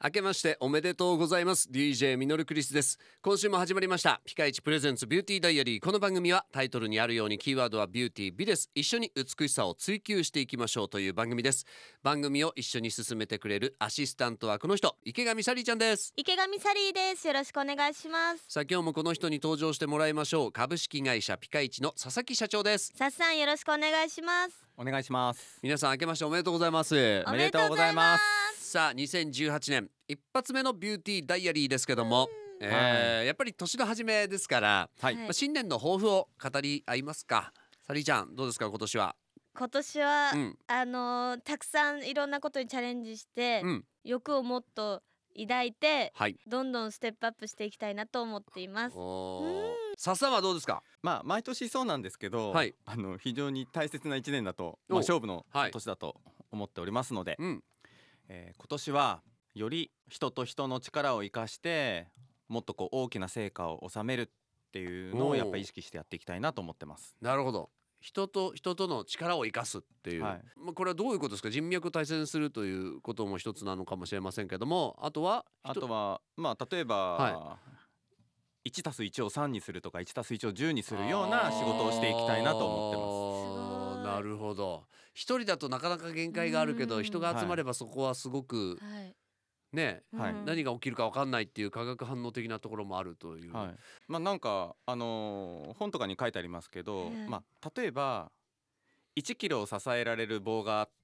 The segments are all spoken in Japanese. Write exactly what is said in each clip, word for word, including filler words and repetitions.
明けましておめでとうございます。 ディージェー ミノルクリスです。今週も始まりましたピカイチプレゼンツビューティーダイアリー。この番組はタイトルにあるようにキーワードはビューティー美です。一緒に美しさを追求していきましょうという番組です。番組を一緒に進めてくれるアシスタントはこの人、池上サリーちゃんです。 池上サリーです。よろしくお願いします。 さあ今日もこの人に登場してもらいましょう。株式会社ピカイチの佐々木社長です。 さっさん、よろしくお願いします。 お願いします。 皆さん明けましておめでとうございます。 おめでとうございます。 さあにせんじゅうはちねん一発目のビューティーダイアリーですけども、えーはい、やっぱり年の初めですから、はい、まあ、新年の抱負を語り合いますか。サリーちゃんどうですか今年は。 今年は、うん、あのー、たくさんいろんなことにチャレンジして、うん、欲をもっと抱いて、はい、どんどんステップアップしていきたいなと思っています。 さっさんはどうですか。 まあ毎年そうなんですけど、はい、あの非常に大切ないちねんだと、まあ、勝負の年だと思っておりますので、はい、えー、今年はより人と人の力を生かしてもっとこう大きな成果を収めるっていうのをやっぱり意識してやっていきたいなと思ってます。 なるほど。人と人との力を生かすっていう、はい、まあ、これはどういうことですか。人脈を大切にするということも一つなのかもしれませんけども、あとはあとはまあ例えば、はい、いちたすいちをさんにするとかいちたすいちをじゅうにするような仕事をしていきたいなと思ってます。 なるほど。一人だとなかなか限界があるけど、人が集まればそこはすごく、はい、ね、はい、何が起きるか分かんないっていう化学反応的なところもあるという、はい、 まあなんかあのー、本とかに書いてありますけど、まあ例えばいちキロを支えられる棒があって、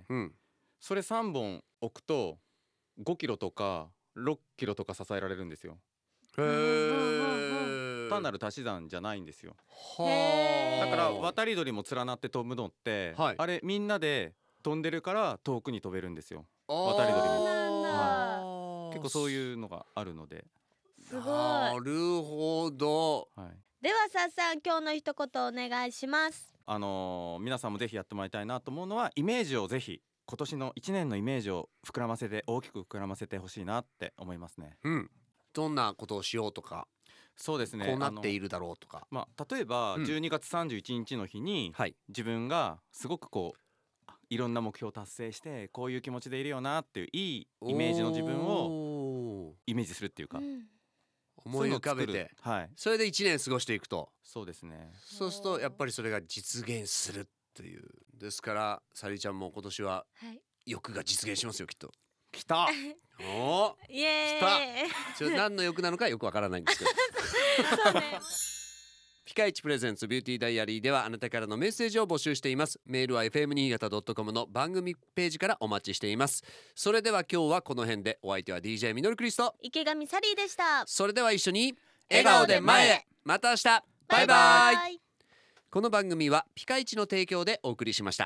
うん、それさんぼん置くとごキロとかろっキロとか支えられるんですよ。へー、単なる足し算じゃないんですよ。はだから渡り鳥も連なって飛ぶのって、はい、あれみんなで飛んでるから遠くに飛べるんですよ。渡り鳥も、はい、結構そういうのがあるので。 すごい。 なるほど、はい、 ではさっさん、今日の一言お願いします。 あのー、皆さんもぜひやってもらいたいなと思うのは、イメージをぜひ今年のいちねんのイメージを膨らませて大きく膨らませてほしいなって思いますね。 うん、どんなことをしようとか。 そうですね、 こうなっているだろうとか、 まあ、例えばじゅうにがつさんじゅういちにちの日に、うん、自分がすごくこういろんな目標を達成してこういう気持ちでいるよなっていういいイメージの自分をイメージするっていうか、うん、 思い浮かべて、はい、それでいちねん過ごしていくと。 そうですね。 そうするとやっぱりそれが実現するっていう。ですからサリーちゃんも今年は欲が実現しますよ、きっと。 来たおイエーイ。 来た。ちょ何の欲なのかよくわからないんですけどそうね。 ピカイチプレゼンツビューティーダイアリーではあなたからのメッセージを募集しています。メールは エフエム新潟 ドットコム の番組ページからお待ちしています。それでは今日はこの辺で。お相手は ディージェー ミノルクリスト、 池上サリーでした。 それでは一緒に笑顔で前へ。また明日。バイバイ。この番組はピカイチの提供でお送りしました。